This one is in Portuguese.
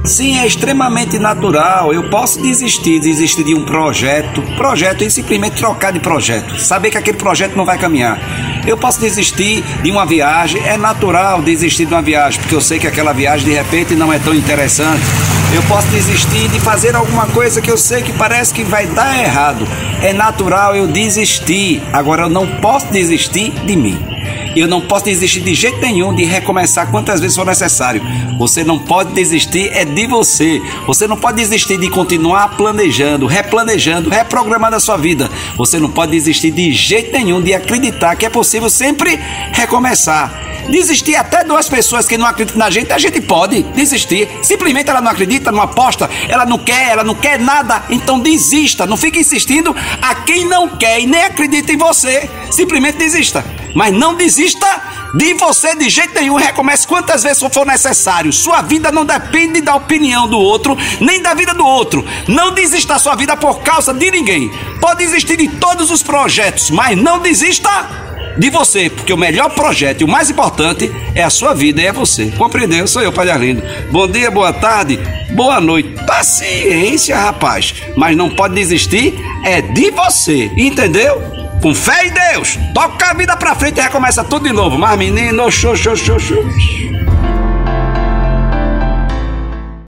Sim, é extremamente natural. Eu posso desistir de um projeto e simplesmente trocar de projeto, saber que aquele projeto não vai caminhar. Eu posso desistir de uma viagem, é natural desistir de uma viagem, porque eu sei que aquela viagem de repente não é tão interessante. Eu posso desistir de fazer alguma coisa que eu sei que parece que vai dar errado. É natural eu desistir. Agora eu não posso desistir de mim. Eu não posso desistir de jeito nenhum de recomeçar quantas vezes for necessário. Você não pode desistir é de você. Você não pode desistir de continuar planejando, replanejando, reprogramando a sua vida. Você não pode desistir de jeito nenhum de acreditar que é possível sempre recomeçar. Desistir até de duas pessoas que não acreditam na gente, a gente pode desistir. Simplesmente ela não acredita, não aposta, ela não quer nada. Então desista, não fique insistindo a quem não quer e nem acredita em você. Simplesmente desista. Mas não desista de você de jeito nenhum. Recomece quantas vezes for necessário. Sua vida não depende da opinião do outro, nem da vida do outro. Não desista da sua vida por causa de ninguém. Pode desistir de todos os projetos, mas não desista de você, porque o melhor projeto e o mais importante é a sua vida e é você. Compreendeu? Sou eu, Padre Arlindo. Bom dia, boa tarde, boa noite. Paciência, rapaz. Mas não pode desistir é de você. Entendeu? Com fé em Deus. Toca a vida pra frente e recomeça tudo de novo. Mas menino,